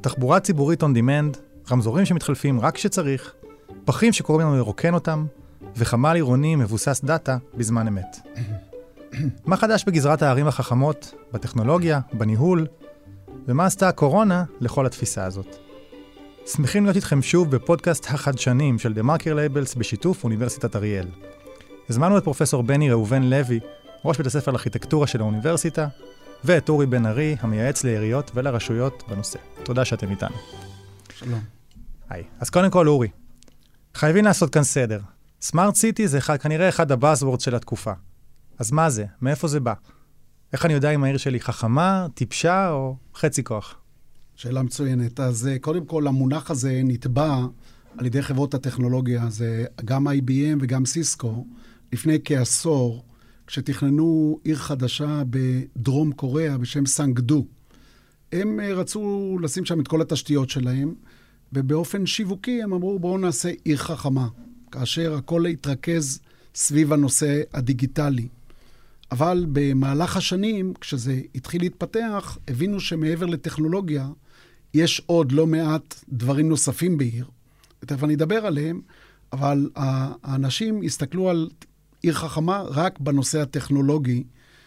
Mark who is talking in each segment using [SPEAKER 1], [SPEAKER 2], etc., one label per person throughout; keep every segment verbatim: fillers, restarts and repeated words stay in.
[SPEAKER 1] תחבורה ציבורית on demand, רמזורים שמתחלפים רק כשצריך, פחים שקוראים לנו לרוקן אותם, וחמ"ל עירוני מבוסס דאטה בזמן אמת. מה חדש בגזרת הערים החכמות, בטכנולוגיה, בניהול, ומה עשתה הקורונה לכל התפיסה הזאת? שמחים להיות איתכם שוב בפודקאסט החדשנים של The Marker Labels בשיתוף אוניברסיטת אריאל. הזמנו את פרופסור בני ראובן לוי, ראש בית הספר לארכיטקטורה של האוניברסיטה, ואת אורי בן ארי, המייעץ לעיריות ולרשויות בנושא. תודה שאתם איתנו.
[SPEAKER 2] שלום.
[SPEAKER 1] היי. אז קודם כל, אורי, חייבים לעשות כאן סדר. סמארט סיטי זה אחד, כנראה אחד הבאזוורדס של התקופה. אז מה זה? מאיפה זה בא? איך אני יודע אם העיר שלי חכמה, טיפשה או חצי כוח?
[SPEAKER 2] שאלה מצוינת. אז קודם כל, המונח הזה נטבע על ידי חברות הטכנולוגיה, זה גם איי בי אם וגם סיסקו, לפני כעשור, כשתכננו עיר חדשה בדרום קוריאה בשם סנגדו. הם רצו לשים שם את כל התשתיות שלהם, ובאופן שיווקי הם אמרו, בואו נעשה עיר חכמה, כאשר הכל התרכז סביב הנושא הדיגיטלי. אבל במהלך השנים, כשזה התחיל להתפתח, הבינו שמעבר לטכנולוגיה, יש עוד לא מעט דברים נוספים בעיר. ותכף אני אדבר עליהם, אבל האנשים הסתכלו על עיר חכמה רק בנושא הטכנולוגי,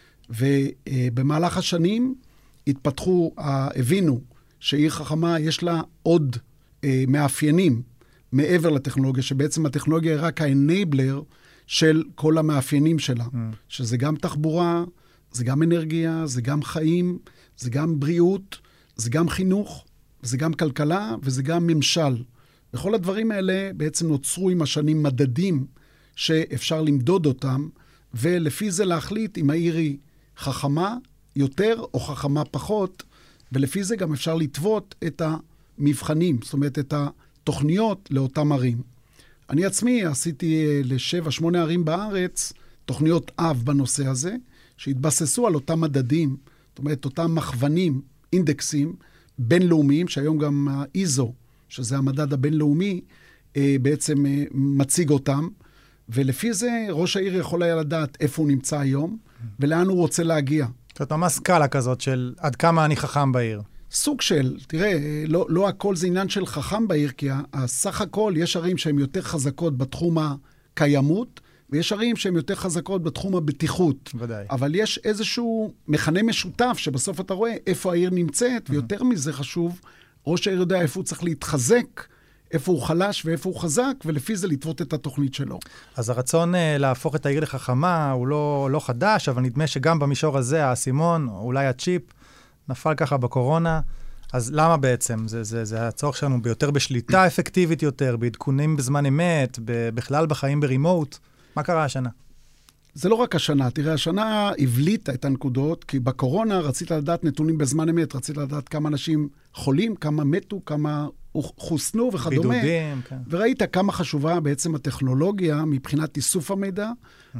[SPEAKER 2] ובמהלך השנים התפתחו, הבינו שעיר חכמה יש לה עוד מאפיינים מעבר לטכנולוגיה, שבעצם הטכנולוגיה היא רק האנבלר של כל המאפיינים שלה, mm. שזה גם תחבורה, זה גם אנרגיה, זה גם חיים, זה גם בריאות, זה גם חינוך, זה גם כלכלה וזה גם ממשל. וכל הדברים האלה בעצם נוצרו עם השנים מדדים שאפשר למדוד אותם, ולפי זה להחליט אם העיר היא חכמה יותר או חכמה פחות, ולפי זה גם אפשר לטוות את המבחנים, זאת אומרת את התוכניות לאותם ערים. אני עצמי עשיתי לשבע, שמונה ערים בארץ, תוכניות אב בנושא הזה, שהתבססו על אותם מדדים, זאת אומרת אותם מכוונים, אינדקסים בינלאומיים, שהיום גם ה-איזו, שזה המדד הבינלאומי, בעצם מציג אותם, ולפי זה ראש העיר יכול היה לדעת איפה הוא נמצא היום, ולאן הוא רוצה להגיע.
[SPEAKER 1] זאת אומרת, סקאלה כזאת של עד כמה אני חכם בעיר.
[SPEAKER 2] סוג של, תראה, לא, לא הכל זה עניין של חכם בעיר, כי הסך הכל יש ערים שהן יותר חזקות בתחום הקיימות, ויש ערים שהן יותר חזקות בתחום הבטיחות.
[SPEAKER 1] ודאי.
[SPEAKER 2] אבל יש איזשהו מכנה משותף, שבסוף אתה רואה איפה העיר נמצאת, ויותר מזה חשוב, ראש העיר יודע איפה הוא צריך להתחזק, איפה הוא חלש ואיפה הוא חזק, ולפי זה לטוות את התוכנית שלו.
[SPEAKER 1] אז הרצון uh, להפוך את העיר לחכמה הוא לא, לא חדש, אבל נדמה שגם במישור הזה, האסימון, אולי הצ'יפ, נפל ככה בקורונה. אז למה בעצם? זה, זה, זה הצורך שלנו ביותר בשליטה אפקטיבית יותר, בעדכונים בזמן אמת, בכלל בחיים ברימוט. מה קרה השנה?
[SPEAKER 2] זה לא רק השנה. תראה, השנה הבליטה את הנקודות, כי בקורונה רצית לדעת נתונים בזמן אמת, רצית לדעת כמה אנשים חולים, כמה מתו, כמה חוסנו וכדומה.
[SPEAKER 1] בידודים, כן.
[SPEAKER 2] וראית כמה חשובה בעצם הטכנולוגיה מבחינת איסוף המידע, mm-hmm.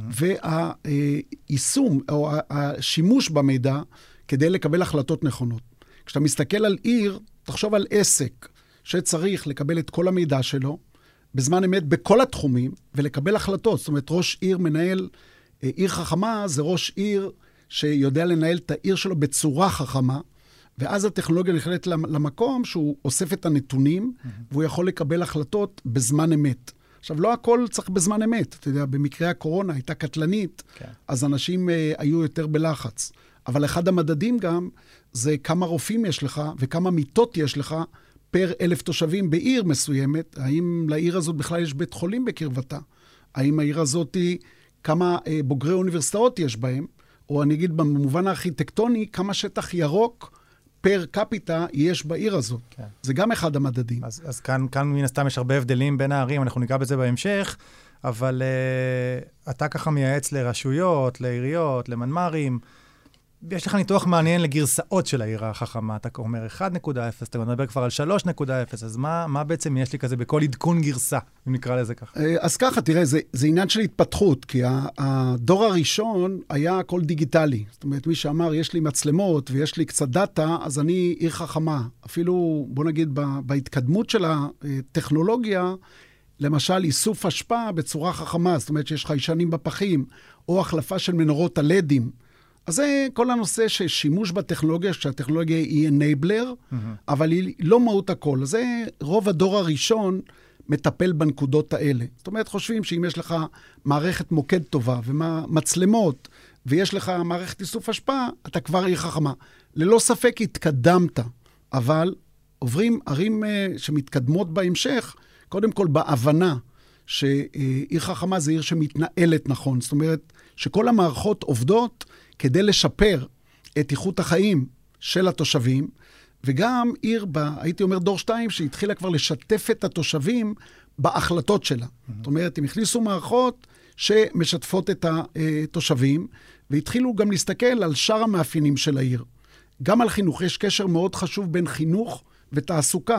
[SPEAKER 2] והיישום או השימוש במידע כדי לקבל החלטות נכונות. כשאתה מסתכל על עיר, תחשוב על עסק שצריך לקבל את כל המידע שלו, בזמן אמת בכל התחומים, ולקבל החלטות. זאת אומרת, ראש עיר מנהל, עיר חכמה זה ראש עיר שיודע לנהל את העיר שלו בצורה חכמה, ואז הטכנולוגיה נכנסת למקום שהוא אוסף את הנתונים, mm-hmm. והוא יכול לקבל החלטות בזמן אמת. עכשיו, לא הכל צריך בזמן אמת. אתה יודע, במקרה הקורונה הייתה קטלנית, okay. אז אנשים אה, היו יותר בלחץ. אבל אחד המדדים גם, זה כמה רופאים יש לך, וכמה מיטות יש לך, פר אלף תושבים בעיר מסוימת. האם לעיר הזאת בכלל יש בית חולים בקרבתה? האם העיר הזאת היא, כמה אה, בוגרי אוניברסיטאות יש בהם? או אני אגיד במובן הארכיטקטוני, כמה שטח ירוק פר קפיטה יש בעיר הזאת. כן. זה גם אחד המדדים.
[SPEAKER 1] אז, אז כאן, כאן מן הסתם יש הרבה הבדלים בין הערים, אנחנו ניגע בזה בהמשך, אבל uh, אתה ככה מייעץ לרשויות, לעיריות, למנמ"רים, יש לך ניתוח מעניין לגרסאות של העיר החכמה. אתה אומר אחת נקודה אפס, אתה מדבר כבר על שלוש נקודה אפס, אז מה, מה בעצם יש לי כזה בכל עדכון גרסה, אם נקרא לזה ככה?
[SPEAKER 2] אז ככה, תראה, זה, זה עניין של התפתחות, כי הדור הראשון היה הכל דיגיטלי. זאת אומרת, מי שאמר, יש לי מצלמות ויש לי קצת דאטה, אז אני עיר חכמה. אפילו, בוא נגיד, בהתקדמות של הטכנולוגיה, למשל, איסוף השפעה בצורה חכמה, זאת אומרת שיש חיישנים בפחים, או החלפה של מנורות הלדים, אז זה כל הנושא ששימוש בטכנולוגיה, שהטכנולוגיה היא enabler, mm-hmm. אבל היא לא מהות הכל. זה רוב הדור הראשון מטפל בנקודות האלה. זאת אומרת, חושבים שאם יש לך מערכת מוקד טובה ומצלמות, ויש לך מערכת איסוף השפעה, אתה כבר עיר חכמה. ללא ספק התקדמת, אבל עוברים ערים שמתקדמות בהמשך, קודם כל בהבנה שעיר חכמה זה עיר שמתנהלת נכון. זאת אומרת, שכל המערכות עובדות כדי לשפר את איכות החיים של התושבים, וגם עיר, ב, הייתי אומר דור שתיים, שהתחילה כבר לשתף את התושבים בהחלטות שלה. Mm-hmm. זאת אומרת, הם הכניסו מערכות שמשתפות את התושבים, והתחילו גם להסתכל על שאר המאפיינים של העיר. גם על חינוך, יש קשר מאוד חשוב בין חינוך ותעסוקה,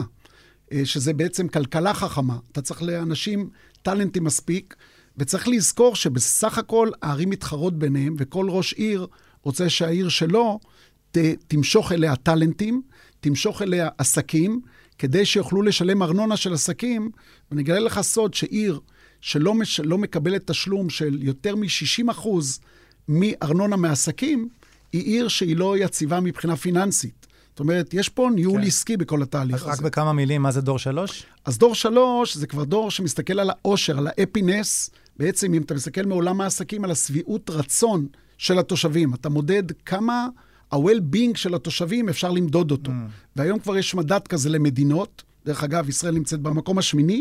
[SPEAKER 2] שזה בעצם כלכלה חכמה. אתה צריך לאנשים טלנטים מספיק, וצריך לזכור שבסך הכל הערים מתחרות ביניהם, וכל ראש עיר רוצה שהעיר שלו ת, תמשוך אליה טלנטים, תמשוך אליה עסקים, כדי שיוכלו לשלם ארנונה של עסקים. ואני אגלה לך סוד שעיר שלא מש, לא מקבלת תשלום של יותר מ-שישים אחוז מארנונה מעסקים, היא עיר שהיא לא יציבה מבחינה פיננסית. זאת אומרת, יש פה ניהול כן. עסקי בכל התהליך הזה.
[SPEAKER 1] רק בכמה מילים, מה זה דור שלוש?
[SPEAKER 2] אז דור שלוש זה כבר דור שמסתכל על העושר, על האפינס. בעצם אם אתה מסתכל מעולם העסקים על הסביעות רצון של התושבים, אתה מודד כמה ה-well-being של התושבים אפשר למדוד אותו. Mm. והיום כבר יש מדד כזה למדינות. דרך אגב, ישראל נמצאת במקום השמיני,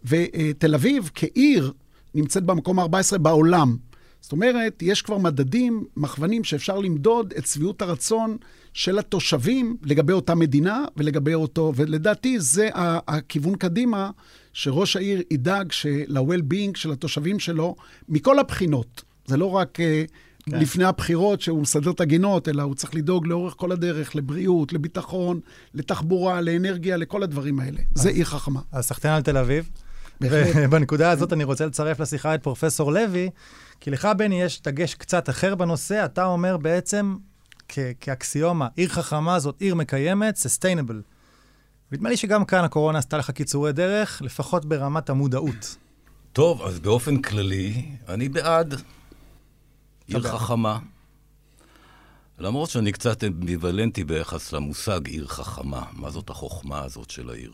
[SPEAKER 2] ותל אביב כעיר נמצאת במקום ה-ארבע עשרה בעולם. זאת אומרת, יש כבר מדדים, מכוונים שאפשר למדוד את סביעות הרצון של התושבים לגבי אותה מדינה ולגבי אותו, ולדעתי זה הכיוון קדימה, שראש העיר ידאג של-well-being של התושבים שלו, מכל הבחינות. זה לא רק כן. לפני הבחירות שהוא מסדר את הגינות, אלא הוא צריך לדאוג לאורך כל הדרך, לבריאות, לביטחון, לתחבורה, לאנרגיה, לכל הדברים האלה. אז, זה עיר חכמה.
[SPEAKER 1] אז סחתן על תל אביב. ובנקודה הזאת אני רוצה לצרף לשיחה את פרופסור לוי, כי לך, בני, יש דגש קצת אחר בנושא. אתה אומר בעצם, כ- כאקסיומה, עיר חכמה זאת עיר מקיימת, sustainable. ונדמה לי שגם כאן הקורונה עשתה לך קיצורי דרך, לפחות ברמת המודעות.
[SPEAKER 3] טוב, אז באופן כללי, אני בעד עיר חכמה. למרות שאני קצת אמביוולנטי ביחס למושג עיר חכמה. מה זאת החוכמה הזאת של העיר?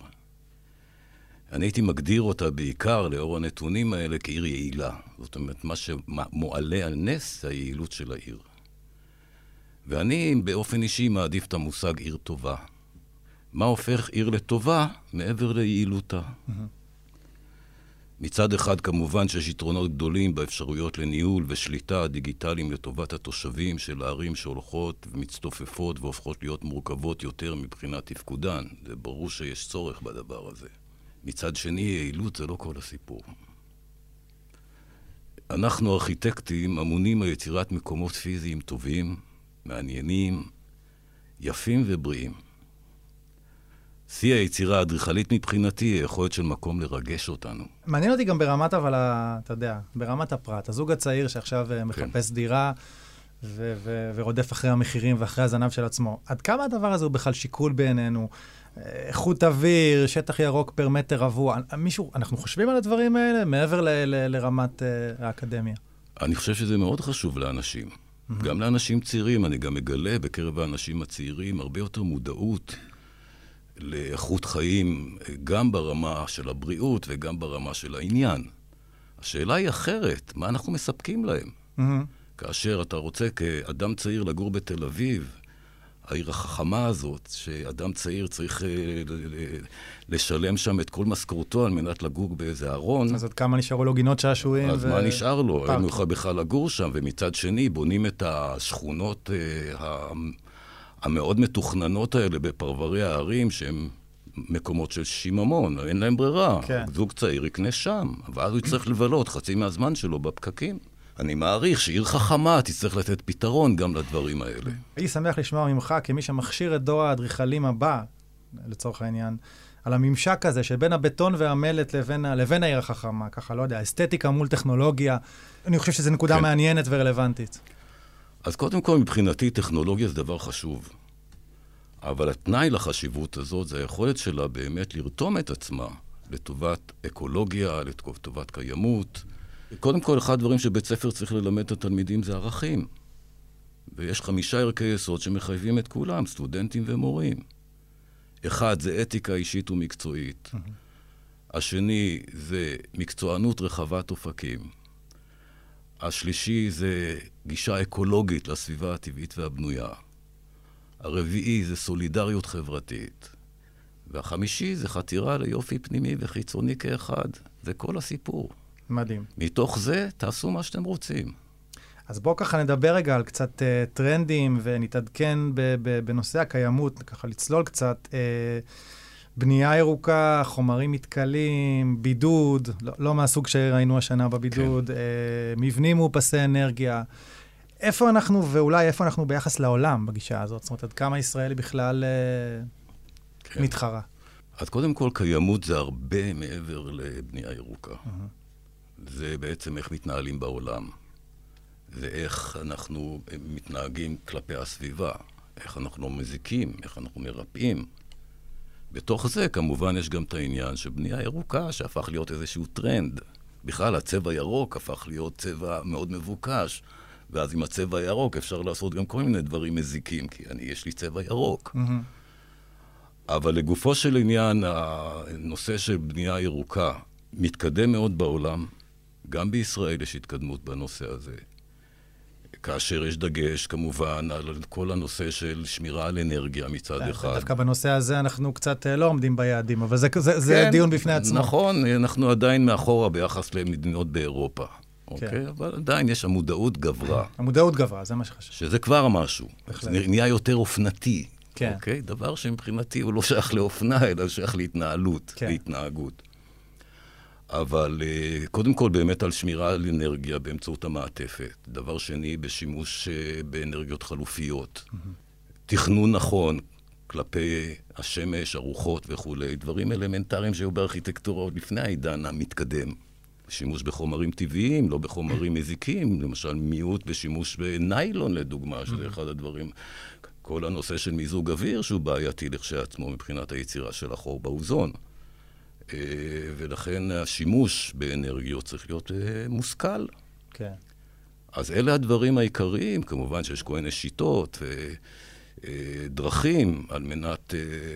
[SPEAKER 3] אני הייתי מגדיר אותה בעיקר לאור הנתונים האלה כעיר יעילה. זאת אומרת, מה שמועלה על נס זה היעילות של העיר. ואני באופן אישי מעדיף את המושג עיר טובה. מה הופך עיר לטובה מעבר ליעילותה? Mm-hmm. מצד אחד כמובן שיש יתרונות גדולים באפשרויות לניהול ושליטה דיגיטליים לטובת התושבים של הערים שהולכות ומצטופפות והופכות להיות מורכבות יותר מבחינת תפקודן. זה ברור שיש צורך בדבר הזה. מצד שני, יעילות זה לא כל הסיפור. אנחנו ארכיטקטים אמונים על יצירת מקומות פיזיים טובים, מעניינים, יפים ובריאים. שיא היצירה האדריכלית מבחינתי היא היכולת של מקום לרגש אותנו.
[SPEAKER 1] מעניין אותי גם ברמת, אבל אתה יודע, ברמת הפרט. הזוג הצעיר שעכשיו מחפש דירה ו- ו- ורודף אחרי המחירים ואחרי הזנב של עצמו. עד כמה הדבר הזה הוא בכלל שיקול בעינינו? איכות אוויר, שטח ירוק פר מטר רבוע. מישהו, אנחנו חושבים על הדברים האלה מעבר ל- ל- לרמת uh, האקדמיה?
[SPEAKER 3] אני חושב שזה מאוד חשוב לאנשים. Mm-hmm. גם לאנשים צעירים. אני גם מגלה בקרב האנשים הצעירים הרבה יותר מודעות לאיכות חיים, גם ברמה של הבריאות וגם ברמה של העניין. השאלה היא אחרת, מה אנחנו מספקים להם? Mm-hmm. כאשר אתה רוצה כאדם צעיר לגור בתל אביב, העיר החכמה הזאת, שאדם צעיר צריך לשלם שם את כל משכורתו על מנת לגור באיזה ארון.
[SPEAKER 1] אז עד כמה נשארו לו גינות שעשועים?
[SPEAKER 3] אז ו... מה נשאר לו? הם יוכל בכלל לגור שם, ומצד שני בונים את השכונות ה... המאוד מתוכננות האלה בפרברי הערים, שהן מקומות של שיממון, אין להם ברירה. כן. זוג צעיר יקנה שם, ואז הוא יצטרך לבלות חצי מהזמן שלו בפקקים. אני מעריך שעיר חכמה תצטרך לתת פתרון גם לדברים האלה.
[SPEAKER 1] הייתי שמח לשמוע ממך, כמי שמכשיר את דור האדריכלים הבא, לצורך העניין, על הממשק הזה שבין הבטון והמלט לבין, לבין העיר החכמה, ככה, לא יודע, אסתטיקה מול טכנולוגיה. אני חושב שזו נקודה כן. מעניינת ורלוונטית.
[SPEAKER 3] אז קודם כל, מבחינתי, טכנולוגיה זה דבר חשוב. אבל התנאי לחשיבות הזאת זה היכולת שלה באמת לרתום את עצמה לטובת אקולוגיה, לטובת קיימות. קודם כל, אחד הדברים שבית ספר צריך ללמד את התלמידים זה ערכים. ויש חמישה ערכי יסוד שמחייבים את כולם, סטודנטים ומורים. אחד, זה אתיקה אישית ומקצועית. Mm-hmm. השני, זה מקצוענות רחבת אופקים. השלישי, זה גישה אקולוגית לסביבה הטבעית והבנויה. הרביעי, זה סולידריות חברתית. והחמישי, זה חתירה ליופי פנימי וחיצוני כאחד. זה כל הסיפור.
[SPEAKER 1] מדהים.
[SPEAKER 3] מתוך זה, תעשו מה שאתם רוצים.
[SPEAKER 1] אז בואו ככה נדבר רגע על קצת uh, טרנדים, ונתעדכן ב- ב- בנושא הקיימות, ככה לצלול קצת. Uh, בנייה ירוקה, חומרים מתכלים, בידוד, לא, לא מהסוג שראינו השנה בבידוד, כן. uh, מבנים מאופסי אנרגיה. איפה אנחנו, ואולי איפה אנחנו ביחס לעולם בגישה הזאת? זאת אומרת, עד כמה ישראל היא בכלל uh, כן. מתחרה?
[SPEAKER 3] אז קודם כל, קיימות זה הרבה מעבר לבנייה ירוקה. Uh-huh. זה בעצם איך מתנהלים בעולם. זה איך אנחנו מתנהגים כלפי הסביבה, איך אנחנו מזיקים, איך אנחנו מרפאים. בתוך זה, כמובן, יש גם את העניין של בנייה ירוקה, שהפך להיות איזשהו טרנד. בכלל, הצבע ירוק הפך להיות צבע מאוד מבוקש, ואז עם הצבע הירוק אפשר לעשות גם כל מיני דברים מזיקים, כי אני, יש לי צבע ירוק. Mm-hmm. אבל לגופו של עניין, הנושא של בנייה ירוקה מתקדם מאוד בעולם, גם בישראל יש התקדמות בנושא הזה. כאשר יש דגש, כמובן, על כל הנושא של שמירה על אנרגיה מצד אחד.
[SPEAKER 1] דווקא בנושא הזה אנחנו קצת לא עומדים ביעדים, אבל זה, זה, זה כן, דיון בפני עצמו.
[SPEAKER 3] נכון, אנחנו עדיין מאחורה ביחס למדינות באירופה. אוקיי? כן. אבל עדיין יש המודעות גברה.
[SPEAKER 1] המודעות גברה, זה מה שחשוב.
[SPEAKER 3] שזה כבר משהו. זה נהיה יותר אופנתי.
[SPEAKER 1] כן.
[SPEAKER 3] אוקיי? דבר שמבחינתי הוא לא שייך לאופנה, אלא שייך להתנהלות, כן. להתנהגות. אבל קודם כל באמת על שמירה על אנרגיה באמצעות המעטפת. דבר שני, בשימוש באנרגיות חלופיות. Mm-hmm. תכנון נכון כלפי השמש, הרוחות וכו'. דברים אלמנטריים שהיו בארכיטקטורה עוד לפני העידן המתקדם. שימוש בחומרים טבעיים, לא בחומרים מזיקים. למשל מיעוט בשימוש בניילון לדוגמה, שזה mm-hmm. אחד הדברים. כל הנושא של מיזוג אוויר שהוא בעייתי לכשעצמו מבחינת היצירה של החור באוזון. ולכן השימוש באנרגיות צריך להיות מושכל.
[SPEAKER 1] כן.
[SPEAKER 3] אז אלה הדברים העיקריים, כמובן שיש כל מיני שיטות ודרכים על מנת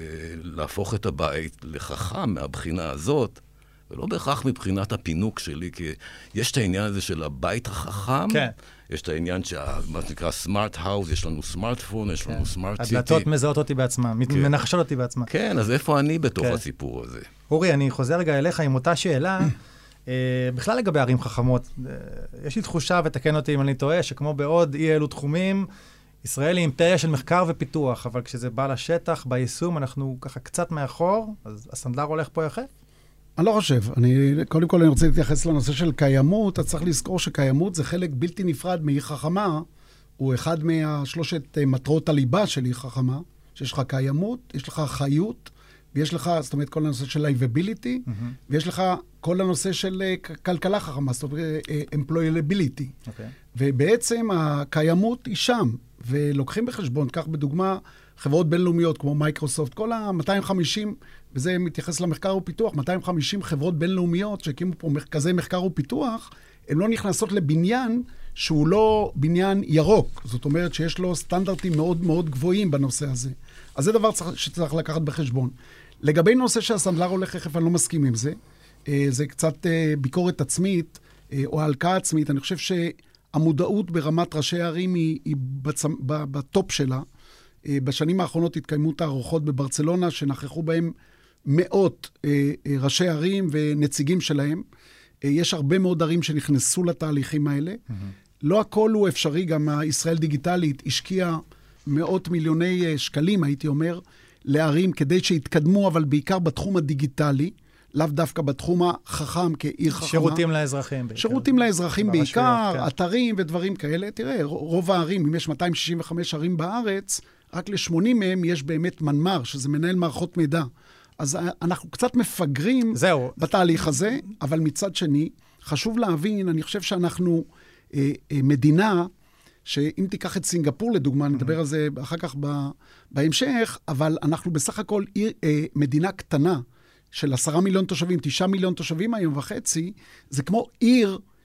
[SPEAKER 3] להפוך את הבית לחכם מהבחינה הזאת, ולא בהכרח מבחינת הפינוק שלי, כי יש את העניין הזה של הבית החכם,
[SPEAKER 1] כן.
[SPEAKER 3] יש את העניין שמה שנקרא סמארט האוס, יש לנו סמארטפון, יש לנו סמארט סיטי.
[SPEAKER 1] הדלתות מזהות אותי בעצמם, מנחשות אותי בעצמם.
[SPEAKER 3] כן, אז איפה אני בתוך הסיפור הזה?
[SPEAKER 1] אורי, אני חוזר רגע אליך עם אותה שאלה, בכלל לגבי ערים חכמות. יש לי תחושה, ותקן אותי אם אני טועה, שכמו בעוד אי אלו תחומים, ישראל היא אימפריה של מחקר ופיתוח, אבל כשזה בא לשטח, ביישום, אנחנו ככה קצת מאחור, אז הסנדלר הולך פה יחד?
[SPEAKER 2] אני לא חושב. אני, קודם כל אני רוצה להתייחס לנושא של קיימות. אתה צריך לזכור שקיימות זה חלק בלתי נפרד מעיר חכמה. הוא אחד מהשלושת מטרות הליבה של עיר חכמה. שיש לך קיימות, יש לך חיות, ויש לך, זאת אומרת, כל הנושא של livability, mm-hmm. ויש לך כל הנושא של כלכלה חכמה, זאת אומרת, employability. Okay. ובעצם הקיימות היא שם, ולוקחים בחשבון, כך בדוגמה, חברות בינלאומיות כמו מייקרוסופט, כל ה-מאתיים וחמישים, וזה מתייחס למחקר ופיתוח, מאתיים וחמישים חברות בינלאומיות שהקימו פה מרכזי מחקר ופיתוח, הן לא נכנסות לבניין שהוא לא בניין ירוק. זאת אומרת שיש לו סטנדרטים מאוד מאוד גבוהים בנושא הזה. אז זה דבר שצריך לקחת בחשבון. לגבי נושא שהסנדלר הולך רכב, אני לא מסכים עם זה. זה קצת ביקורת עצמית, או הלקאה עצמית. אני חושב שהמודעות ברמת ראשי הערים היא, היא בצ... בטופ שלה. בשנים האחרונות התקיימו תערוכות בברצלונה, שנכחו בהם מאות ראשי ערים ונציגים שלהם. יש הרבה מאוד ערים שנכנסו לתהליכים האלה. Mm-hmm. לא הכל הוא אפשרי, גם ישראל דיגיטלית השקיעה מאות מיליוני שקלים, הייתי אומר, לערים כדי שיתקדמו, אבל בעיקר בתחום הדיגיטלי, לאו דווקא בתחום החכם כעיר חכמה.
[SPEAKER 1] שירותים לאזרחים בעיקר.
[SPEAKER 2] שירותים לאזרחים בעיקר, כן. אתרים ודברים כאלה. תראה, רוב הערים, אם יש מאתיים שישים וחמש ערים בארץ, רק ל-שמונים מהם יש באמת מנמ"ר, שזה מנהל מערכות מידע. אז אנחנו קצת מפגרים
[SPEAKER 1] זהו.
[SPEAKER 2] בתהליך הזה, אבל מצד שני, חשוב להבין, אני חושב שאנחנו אה, אה, מדינה, שאם תיקח את סינגפור לדוגמה, נדבר על זה אחר כך בהמשך, אבל אנחנו בסך הכל עיר, אה, מדינה קטנה, של עשרה מיליון תושבים, תשעה מיליון תושבים היום וחצי, זה כמו עיר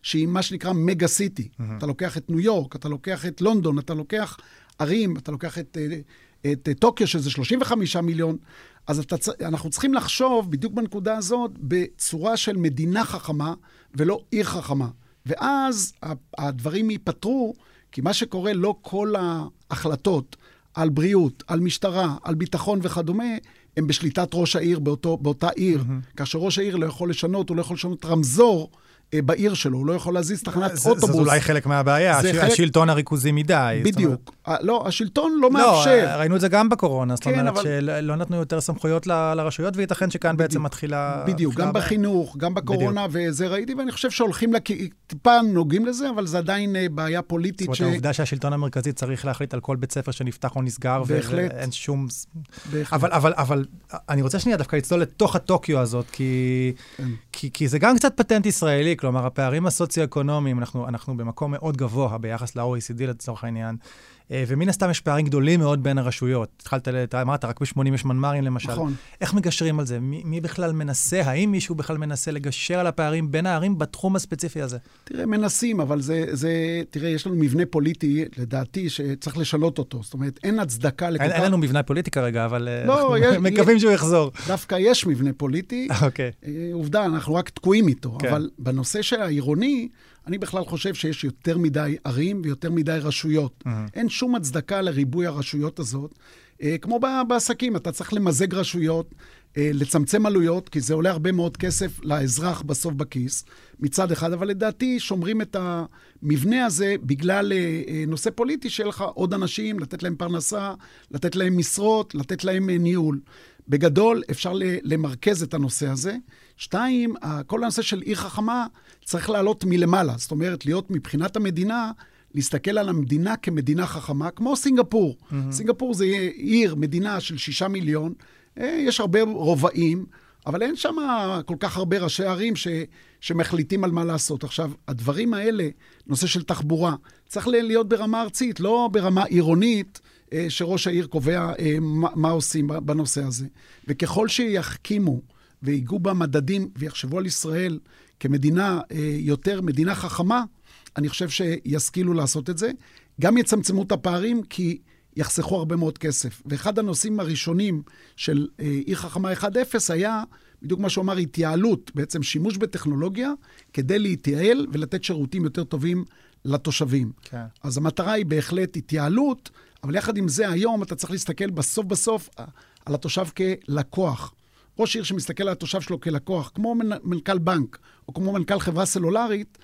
[SPEAKER 2] שהיא מה שנקרא מגה סיטי. Mm-hmm. אתה לוקח את ניו יורק, אתה לוקח את לונדון, אתה לוקח ערים, אתה לוקח את, את, את טוקיו, שזה שלושים וחמישה מיליון, אז אתה, אנחנו צריכים לחשוב בדיוק בנקודה הזאת בצורה של מדינה חכמה ולא עיר חכמה. ואז הדברים ייפטרו, כי מה שקורה, לא כל ההחלטות על בריאות, על משטרה, על ביטחון וכדומה, הם בשליטת ראש העיר באותו, באותה עיר. Mm-hmm. כאשר ראש העיר לא יכול לשנות, הוא לא יכול לשנות רמזור אה, בעיר שלו, הוא לא יכול להזיז תחנת
[SPEAKER 1] זה,
[SPEAKER 2] אוטובוס.
[SPEAKER 1] זאת אולי חלק מהבעיה, הש... חלק... השלטון הריכוזי מדי.
[SPEAKER 2] בדיוק. אומרת... לא, השלטון לא,
[SPEAKER 1] לא
[SPEAKER 2] מאפשר.
[SPEAKER 1] ראינו את זה גם בקורונה, זאת
[SPEAKER 2] כן,
[SPEAKER 1] אומרת
[SPEAKER 2] אבל...
[SPEAKER 1] שלא נתנו יותר סמכויות ל... לרשויות, וייתכן שכאן בדיוק. בעצם מתחילה...
[SPEAKER 2] בדיוק, גם הבעיה. בחינוך, גם בקורונה, בדיוק. וזה ראיתי, ואני חושב שהולכים לכ... טיפה נוגעים לזה, אבל זה עדיין בעיה פוליטית. זאת אומרת,
[SPEAKER 1] ש... העובדה שהשלטון המרכזי צריך להחליט על כל בית ספר שנפתח או נסגר, ואין שום... אבל, אבל, אבל אני רוצה שנייה דווקא לצלול לתוך הטוקיו הזאת, כי, כי, כי זה גם קצת פטנט ישראלי, כלומר, הפערים הסוציו-אקונומיים, אנחנו, אנחנו במקום מאוד גבוה ביחס ל-או אי סי די לצורך העניין, ומן הסתם יש פערים גדולים מאוד בין הרשויות. התחלת, אתה אמרת, רק ב-שמונים יש מנמ"רים למשל. נכון. איך מגשרים על זה? מי, מי בכלל מנסה? האם מישהו בכלל מנסה לגשר על הפערים בין הערים בתחום הספציפי הזה?
[SPEAKER 2] תראה, מנסים, אבל זה, זה, תראה, יש לנו מבנה פוליטי, לדעתי, שצריך לשנות אותו. זאת אומרת, אין הצדקה לכך. אין,
[SPEAKER 1] אין לנו מבנה פוליטי כרגע, אבל
[SPEAKER 2] לא,
[SPEAKER 1] אנחנו
[SPEAKER 2] יש,
[SPEAKER 1] מקווים שהוא יחזור.
[SPEAKER 2] דווקא יש מבנה פוליטי.
[SPEAKER 1] אוקיי.
[SPEAKER 2] עובדה, אנחנו רק תקועים איתו.
[SPEAKER 1] כן.
[SPEAKER 2] אבל בנושא של העירוני, אני בכלל חושב שיש יותר מדי ערים ויותר מדי רשויות. Mm-hmm. אין שום הצדקה לריבוי הרשויות הזאת. אה, כמו בעסקים, אתה צריך למזג רשויות, אה, לצמצם עלויות, כי זה עולה הרבה מאוד כסף לאזרח בסוף בכיס, מצד אחד, אבל לדעתי שומרים את המבנה הזה בגלל אה, נושא פוליטי, שיהיה לך עוד אנשים, לתת להם פרנסה, לתת להם משרות, לתת להם אה, ניהול. בגדול אפשר למרכז את הנושא הזה. שתיים, כל הנושא של עיר חכמה צריך לעלות מלמעלה. זאת אומרת, להיות מבחינת המדינה, להסתכל על המדינה כמדינה חכמה, כמו סינגפור. Mm-hmm. סינגפור זה עיר, מדינה של שישה מיליון, יש הרבה רובעים, אבל אין שם כל כך הרבה ראשי ערים ש, שמחליטים על מה לעשות. עכשיו, הדברים האלה, נושא של תחבורה, צריך להיות ברמה ארצית, לא ברמה עירונית, שראש העיר קובע מה, מה עושים בנושא הזה. וככל שיחכימו ויגעו במדדים ויחשבו על ישראל כמדינה יותר, מדינה חכמה, אני חושב שישכילו לעשות את זה. גם יצמצמו את הפערים, כי יחסכו הרבה מאוד כסף. ואחד הנושאים הראשונים של עיר חכמה אחד אפס היה, בדיוק מה שאומר, התייעלות, בעצם שימוש בטכנולוגיה, כדי להתייעל ולתת שירותים יותר טובים לתושבים. כן. אז המטרה היא בהחלט התייעלות, אבל יחד עם זה היום אתה צריך להסתכל בסוף בסוף על התושב כלקוח. ראש עיר שמסתכל על התושב שלו כלקוח, כמו מנכ"ל בנק, או כמו מנכ"ל חברה סלולרית,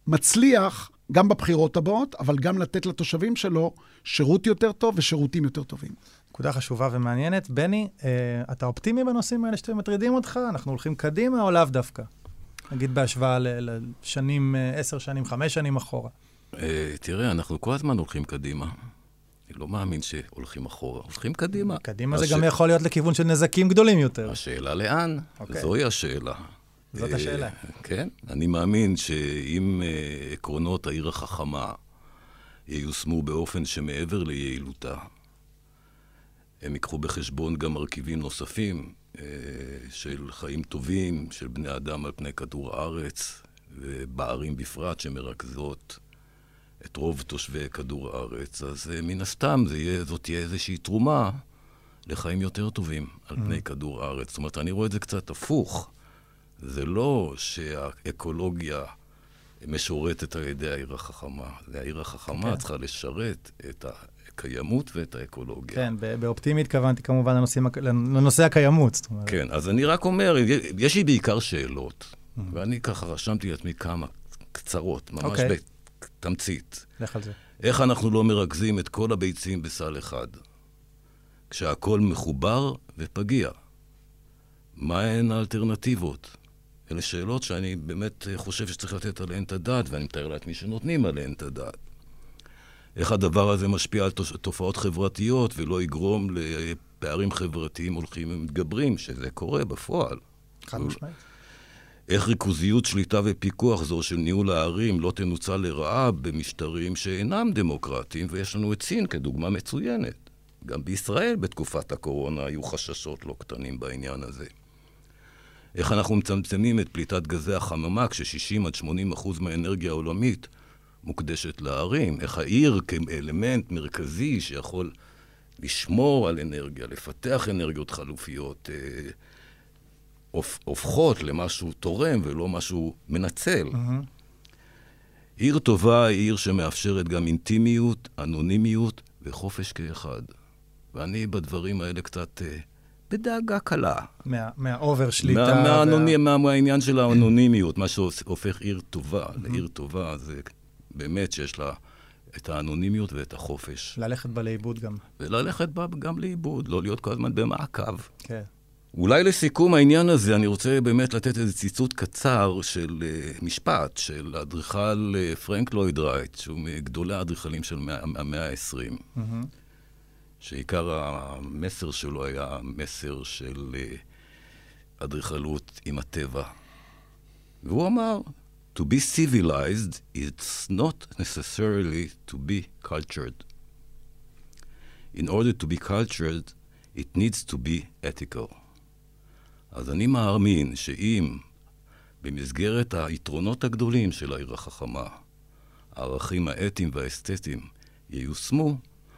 [SPEAKER 2] מצליח גם בבחירות הבאות, אבל גם לתת לתושבים שלו שירות יותר טוב ושירותים יותר טובים.
[SPEAKER 1] נקודה חשובה ומעניינת. בני, אתה אופטימי בנושאים האלה שאתם מטרידים אותך? אנחנו הולכים קדימה או לאו דווקא? נגיד בהשוואה לשנים, עשר שנים, חמש שנים אחורה.
[SPEAKER 3] תראה, אנחנו כל הזמן הולכים קדימה. אני לא מאמין שהולכים אחורה. הולכים קדימה.
[SPEAKER 1] קדימה זה גם יכול להיות לכיוון של נזקים גדולים יותר.
[SPEAKER 3] השאלה לאן? זוהי השאלה.
[SPEAKER 1] זאת השאלה.
[SPEAKER 3] כן, אני מאמין שאם עקרונות העיר החכמה ייושמו באופן שמעבר ליעילותה, הם ייקחו בחשבון גם מרכיבים נוספים של חיים טובים, של בני אדם על פני כדור הארץ, ובערים בפרט שמרכזות את רוב תושבי כדור הארץ, אז מן הסתם יהיה, זאת תהיה איזושהי תרומה לחיים יותר טובים על פני כדור הארץ. זאת אומרת, אני רואה את זה קצת הפוך. זה לא שהאקולוגיה משורתת על ידי העיר החכמה. העיר החכמה צריכה לשרת את הקיימות ואת האקולוגיה.
[SPEAKER 1] כן, באופטימית התכוונתי כמובן לנושא הקיימות.
[SPEAKER 3] כן, אז אני רק אומר, יש לי בעיקר שאלות, ואני ככה רשמתי לעצמי כמה קצרות, ממש בתמצית.
[SPEAKER 1] לך על זה.
[SPEAKER 3] איך אנחנו לא מרכזים את כל הביצים בסל אחד, כשהכל מחובר ופגיע? מהן האלטרנטיבות? אלה שאלות שאני באמת חושב שצריך לתת עליהן את הדעת, ואני מתאר לעצמי שנותנים עליהן את הדעת. איך הדבר הזה משפיע על תופעות חברתיות, ולא יגרום לפערים חברתיים הולכים ומתגברים, שזה קורה בפועל.
[SPEAKER 1] חד משמעית.
[SPEAKER 3] איך ריכוזיות, שליטה ופיקוח זו של ניהול הערים לא תנוצל לרעה במשטרים שאינם דמוקרטיים, ויש לנו את סין כדוגמה מצוינת. גם בישראל בתקופת הקורונה היו חששות לא קטנים בעניין הזה. איך אנחנו מצמצמים את פליטת גזי החממה, כש-שישים עד שמונים אחוז מהאנרגיה העולמית מוקדשת לערים. איך העיר כאלמנט מרכזי שיכול לשמור על אנרגיה, לפתח אנרגיות חלופיות, אה, הופכות למשהו תורם ולא משהו מנצל. Mm-hmm. עיר טובה היא עיר שמאפשרת גם אינטימיות, אנונימיות וחופש כאחד. ואני בדברים האלה קצת אה, בדאגה קלה.
[SPEAKER 1] מה, מהאובר שליטה.
[SPEAKER 3] מה, מהאנונימ, וה... מה, מהעניין של האנונימיות, מה שהופך עיר טובה. Mm-hmm. לעיר טובה זה באמת שיש לה את האנונימיות ואת החופש.
[SPEAKER 1] ללכת בה לאיבוד גם.
[SPEAKER 3] וללכת בה גם לאיבוד, לא להיות כל הזמן במעקב. כן. Okay. אולי לסיכום העניין הזה, אני רוצה באמת לתת איזה ציטוט קצר של uh, משפט של האדריכל uh, פרנק לויד רייט, שהוא מגדולי האדריכלים של המאה ה-עשרים. Mm-hmm. שעיקר המסר שלו היה מסר של uh, אדריכלות עם הטבע. והוא אמר, To be civilized, it's not necessarily to be cultured. In order to be cultured, it needs to be ethical. אז אני מאמין שאם במסגרת היתרונות הגדולים של העיר החכמה, הערכים האתיים והאסתטיים ייושמו,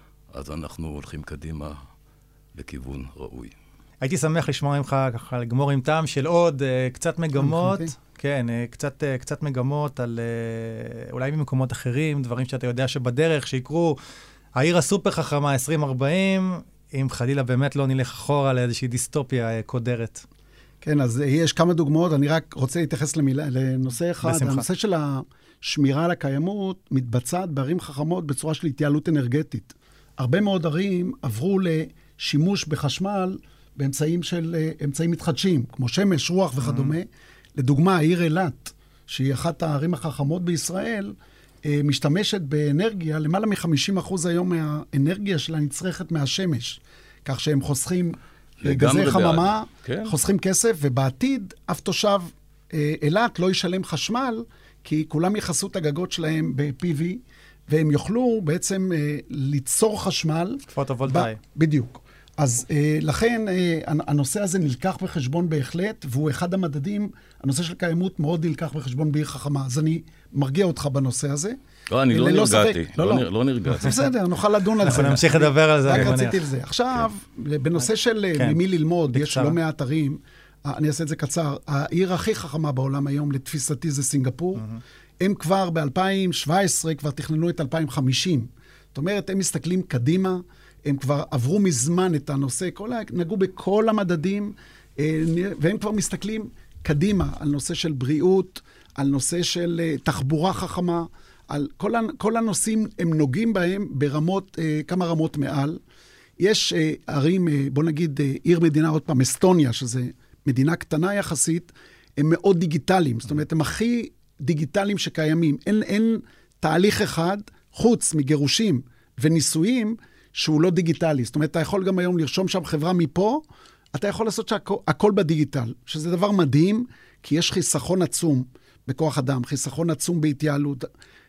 [SPEAKER 3] אז אנחנו הולכים קדימה לכיוון ראוי.
[SPEAKER 1] הייתי שמח לשמוע ממך ככה, לגמור עם טעם של עוד uh, קצת מגמות, כן, uh, קצת, uh, קצת מגמות על uh, אולי במקומות אחרים, דברים שאתה יודע שבדרך, שיקרו, העיר הסופר חכמה עשרים ארבעים, אם חלילה באמת לא נלך אחורה לאיזושהי דיסטופיה uh, קודרת.
[SPEAKER 2] כן, אז יש כמה דוגמאות, אני רק רוצה להתייחס למילה, לנושא אחד. בשמחה. הנושא של השמירה על הקיימות מתבצעת בערים חכמות בצורה של התייעלות אנרגטית. הרבה מאוד ערים עברו לשימוש בחשמל באמצעים של, אמצעים מתחדשים, כמו שמש, רוח וכדומה. Mm-hmm. לדוגמה, העיר אילת, שהיא אחת הערים החכמות בישראל, משתמשת באנרגיה, למעלה מ-חמישים אחוז היום מהאנרגיה שלה נצרכת מהשמש, כך שהם חוסכים גזי חממה, כן. חוסכים כסף, ובעתיד אף תושב אילת לא ישלם חשמל, כי כולם יחסו את הגגות שלהם ב-פי וי, והם יוכלו בעצם אה, ליצור חשמל.
[SPEAKER 1] פוטו-וולטאי.
[SPEAKER 2] בדיוק. אז אה, לכן אה, הנושא הזה נלקח בחשבון בהחלט, והוא אחד המדדים, הנושא של קיימות מאוד נלקח בחשבון בעיר חכמה. אז אני מרגיע אותך בנושא הזה.
[SPEAKER 3] לא, אני לא נרגעתי. לא, לא. לא נרגעתי.
[SPEAKER 2] בסדר, נוכל לדון על זה.
[SPEAKER 1] אנחנו נמשיך לדבר על זה.
[SPEAKER 2] רק רציתי לזה. עכשיו, בנושא של ממי ללמוד, יש לא מעט ערים, אני אעשה את זה קצר, העיר הכי חכמה בעולם היום, לתפיסתי, זה סינגפור. הם כבר ב-אלפיים שבע עשרה כבר תכננו את אלפיים וחמישים. זאת אומרת, הם מסתכלים קדימה, הם כבר עברו מזמן את הנושא, כל, נגעו בכל המדדים, והם כבר מסתכלים קדימה על נושא של בריאות, על נושא של תחבורה חכמה, על כל, כל הנושאים הם נוגעים בהם ברמות, כמה רמות מעל. יש ערים, בוא נגיד, עיר מדינה, עוד פעם, אסטוניה, שזה מדינה קטנה יחסית, הם מאוד דיגיטליים, זאת אומרת, הם הכי דיגיטליים שקיימים. אין, אין תהליך אחד, חוץ מגירושים וניסויים, שהוא לא דיגיטלי. זאת אומרת, אתה יכול גם היום לרשום שם חברה מפה, אתה יכול לעשות שהכל, הכל בדיגיטל, שזה דבר מדהים, כי יש חיסכון עצום בכוח אדם, חיסכון עצום בהתייעלות.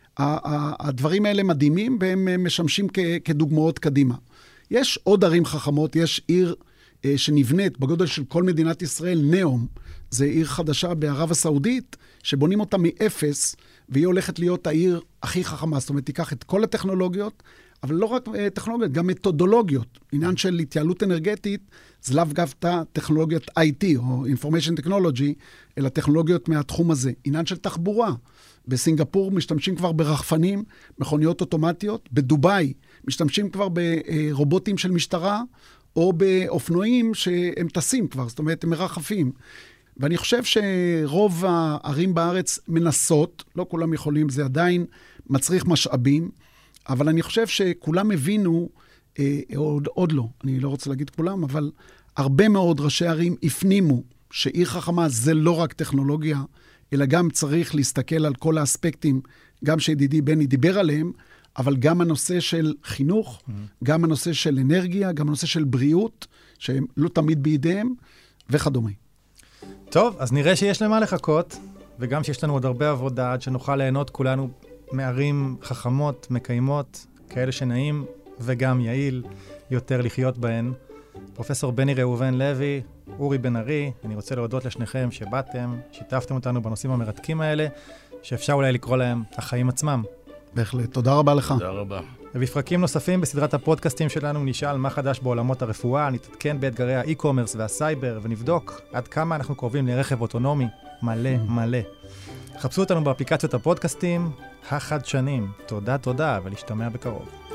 [SPEAKER 2] הדברים האלה מדהימים, והם משמשים כ, כדוגמאות קדימה. יש עוד ערים חכמות, יש עיר שנבנית בגודל של כל מדינת ישראל, נאום, זה עיר חדשה בערב הסעודית, שבונים אותה מאפס, והיא הולכת להיות העיר הכי חכמה. זאת אומרת, תיקח את כל הטכנולוגיות, אבל לא רק טכנולוגיות, גם מתודולוגיות. עניין של התייעלות אנרגטית, זה לאו דווקא טכנולוגיית איי טי, או Information Technology, אלא טכנולוגיות מהתחום הזה. עניין של תחבורה. בסינגפור משתמשים כבר ברחפנים, מכוניות אוטומטיות. בדוביי משתמשים כבר ברובוטים של משטרה, או באופנועים שהם טסים כבר, זאת אומרת, הם מרחפים. ואני חושב שרוב הערים בארץ מנסות, לא כולם יכולים, זה עדיין מצריך משאבים, אבל אני חושב שכולם הבינו, אה, עוד, עוד לא, אני לא רוצה להגיד כולם, אבל הרבה מאוד ראשי ערים הפנימו שעיר חכמה זה לא רק טכנולוגיה, אלא גם צריך להסתכל על כל האספקטים, גם שידידי בני דיבר עליהם, אבל גם הנושא של חינוך, mm-hmm. גם הנושא של אנרגיה, גם הנושא של בריאות, שהם לא תמיד בידיהם, וכדומה.
[SPEAKER 1] טוב, אז נראה שיש למה לחכות, וגם שיש לנו עוד הרבה עבודה, עד שנוכל ליהנות כולנו מערים חכמות, מקיימות, כאלה שנעים, וגם יעיל יותר לחיות בהן. פרופסור בני ראובן לוי, אורי בן ארי, אני רוצה להודות לשניכם שבאתם, שיתפתם אותנו בנושאים המרתקים האלה, שאפשר אולי לקרוא להם החיים עצמם.
[SPEAKER 2] בהחלט, תודה רבה לך.
[SPEAKER 3] תודה רבה.
[SPEAKER 1] ובפרקים נוספים בסדרת הפודקאסטים שלנו נשאל מה חדש בעולמות הרפואה, נתעדכן באתגרי האי-קומרס והסייבר, ונבדוק עד כמה אנחנו קרובים לרכב אוטונומי מלא מלא. חפשו אותנו באפליקציות הפודקאסטים החדשנים. תודה, תודה, ולהשתמע בקרוב.